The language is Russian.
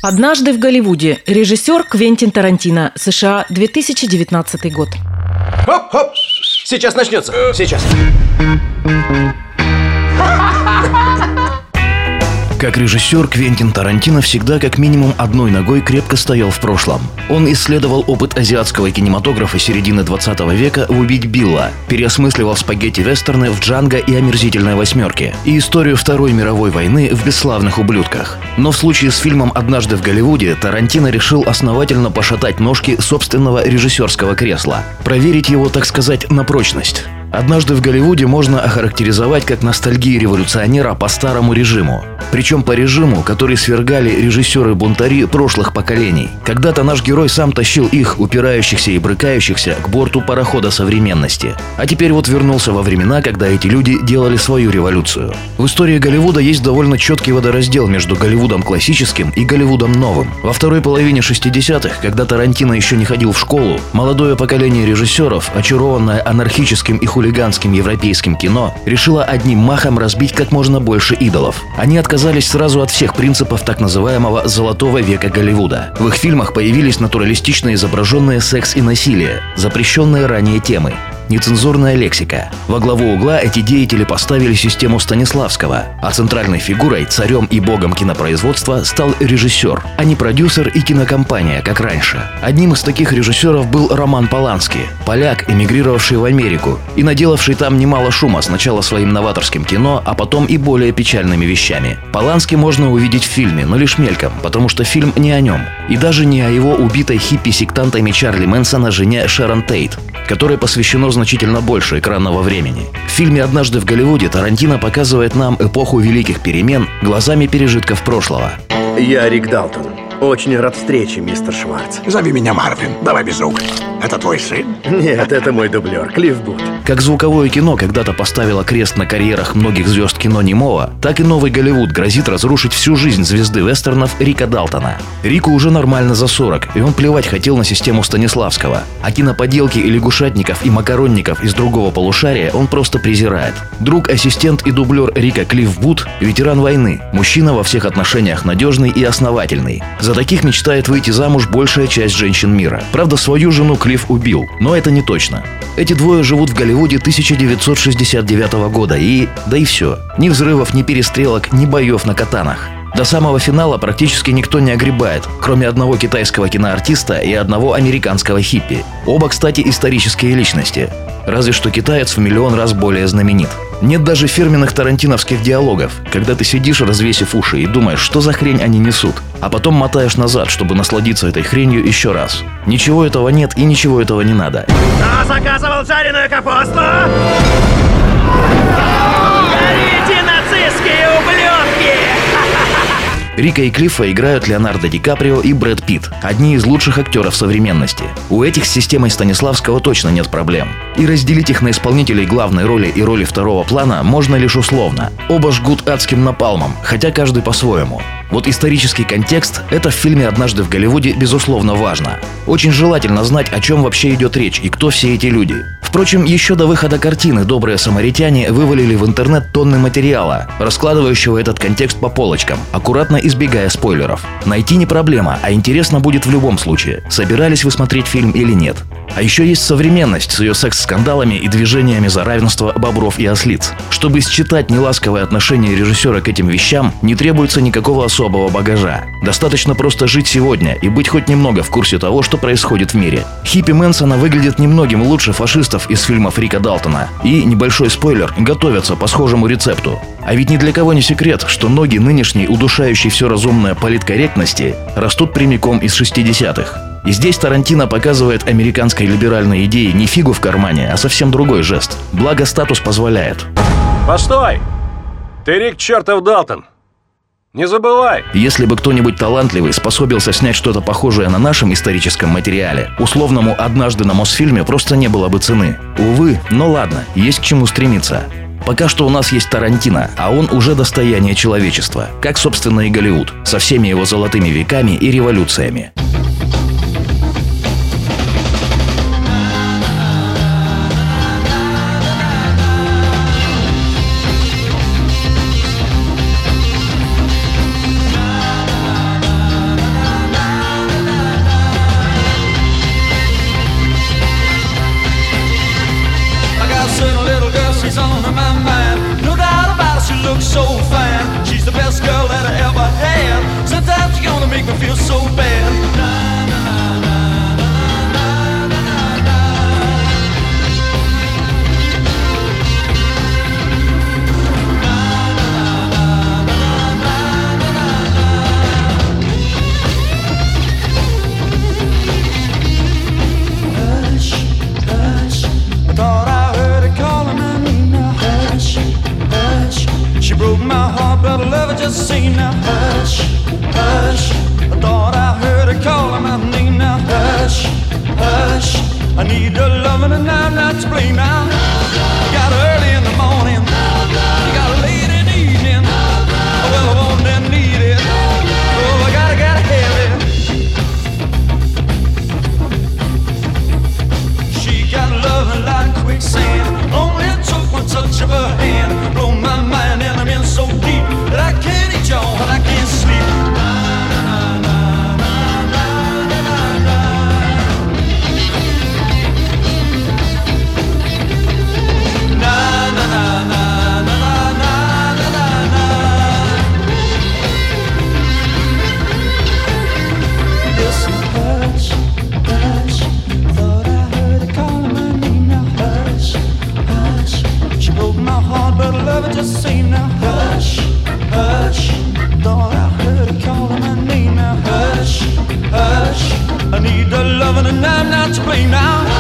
«Однажды в Голливуде». Режиссер Квентин Тарантино. США, 2019 год. Хоп-хоп! Сейчас начнется. Сейчас. Как режиссер, Квентин Тарантино всегда как минимум одной ногой крепко стоял в прошлом. Он исследовал опыт азиатского кинематографа середины 20 века в «Убить Билла», переосмысливал спагетти-вестерны в «Джанго» и «Омерзительной восьмерке» и историю Второй мировой войны в «Бесславных ублюдках». Но в случае с фильмом «Однажды в Голливуде» Тарантино решил основательно пошатать ножки собственного режиссерского кресла, проверить его, так сказать, на прочность. «Однажды в Голливуде» можно охарактеризовать как ностальгию революционера по старому режиму. Причем по режиму, который свергали режиссеры-бунтари прошлых поколений. Когда-то наш герой сам тащил их, упирающихся и брыкающихся, к борту парохода современности. А теперь вот вернулся во времена, когда эти люди делали свою революцию. В истории Голливуда есть довольно четкий водораздел между Голливудом классическим и Голливудом новым. Во второй половине 60-х, когда Тарантино еще не ходил в школу, молодое поколение режиссеров, очарованное анархическим и хулиганским европейским кино, решило одним махом разбить как можно больше идолов. Они отказались сразу от всех принципов так называемого «золотого века Голливуда». В их фильмах появились натуралистично изображенные секс и насилие, запрещенные ранее темы, нецензурная лексика. Во главу угла эти деятели поставили систему Станиславского, а центральной фигурой, царем и богом кинопроизводства стал режиссер, а не продюсер и кинокомпания, как раньше. Одним из таких режиссеров был Роман Полански, поляк, эмигрировавший в Америку и наделавший там немало шума сначала своим новаторским кино, а потом и более печальными вещами. Полански можно увидеть в фильме, но лишь мельком, потому что фильм не о нем. И даже не о его убитой хиппи-сектантами Чарли Мэнсона жене Шерон Тейт, которой посвящено значительно больше экранного времени. В фильме «Однажды в Голливуде» Тарантино показывает нам эпоху великих перемен глазами пережитков прошлого. Я Рик Далтон. Очень рад встрече, мистер Шварц. Зови меня Марвин. Давай без рук. Это твой сын? Нет, это мой дублер, Клифф Бут. Как звуковое кино когда-то поставило крест на карьерах многих звезд кино немого, так и новый Голливуд грозит разрушить всю жизнь звезды вестернов Рика Далтона. Рику уже нормально за 40, и он плевать хотел на систему Станиславского. А киноподелки и лягушатников и макаронников из другого полушария он просто презирает. Друг, ассистент и дублер Рика Клифф Бут – ветеран войны, мужчина во всех отношениях надежный и основательный. За таких мечтает выйти замуж большая часть женщин мира. Правда, свою жену Клифф убил, но это не точно. Эти двое живут в Голливуде 1969 года и... да и все. Ни взрывов, ни перестрелок, ни боев на катанах. До самого финала практически никто не огребает, кроме одного китайского киноартиста и одного американского хиппи. Оба, кстати, исторические личности. Разве что китаец в миллион раз более знаменит. Нет даже фирменных тарантиновских диалогов, когда ты сидишь, развесив уши, и думаешь, что за хрень они несут, а потом мотаешь назад, чтобы насладиться этой хренью еще раз. Ничего этого нет и ничего этого не надо. Кто заказывал жареную капусту? Горите, нацистские ублюдки! Рика и Клиффа играют Леонардо Ди Каприо и Брэд Питт, одни из лучших актеров современности. У этих с системой Станиславского точно нет проблем. И разделить их на исполнителей главной роли и роли второго плана можно лишь условно. Оба жгут адским напалмом, хотя каждый по-своему. Вот исторический контекст – это в фильме «Однажды в Голливуде» безусловно важно. Очень желательно знать, о чем вообще идет речь и кто все эти люди. Впрочем, еще до выхода картины добрые самаритяне вывалили в интернет тонны материала, раскладывающего этот контекст по полочкам, аккуратно избегая спойлеров. Найти не проблема, а интересно будет в любом случае, собирались вы смотреть фильм или нет. А еще есть современность с ее секс-скандалами и движениями за равенство бобров и ослиц. Чтобы считать неласковое отношение режиссера к этим вещам, не требуется никакого особого багажа. Достаточно просто жить сегодня и быть хоть немного в курсе того, что происходит в мире. Хиппи Мэнсона выглядит немногим лучше фашистов из фильмов Рика Далтона. И, небольшой спойлер, готовятся по схожему рецепту. А ведь ни для кого не секрет, что ноги нынешней удушающей все разумное политкорректности растут прямиком из 60-х. И здесь Тарантино показывает американской либеральной идее не фигу в кармане, а совсем другой жест. Благо статус позволяет. Постой! Ты Рик чертов Далтон! Не забывай! Если бы кто-нибудь талантливый способился снять что-то похожее на нашем историческом материале, условному «Однажды на Мосфильме» просто не было бы цены. Увы, но ладно, есть к чему стремиться. Пока что у нас есть Тарантино, а он уже достояние человечества, как, собственно, и Голливуд, со всеми его золотыми веками и революциями. I need the loving and I'm not to blame now. You got early in the morning, you got late in the evening. Well, I want and need it. Oh, I gotta have it. She got loving like quicksand. Only took one touch of her hand. Blow my mind and I'm in so deep that I can't eat y'all and I can't sleep. Just say now, hush, hush. Thought I heard her calling my name now, hush, hush. I need the loving and I'm not to blame now.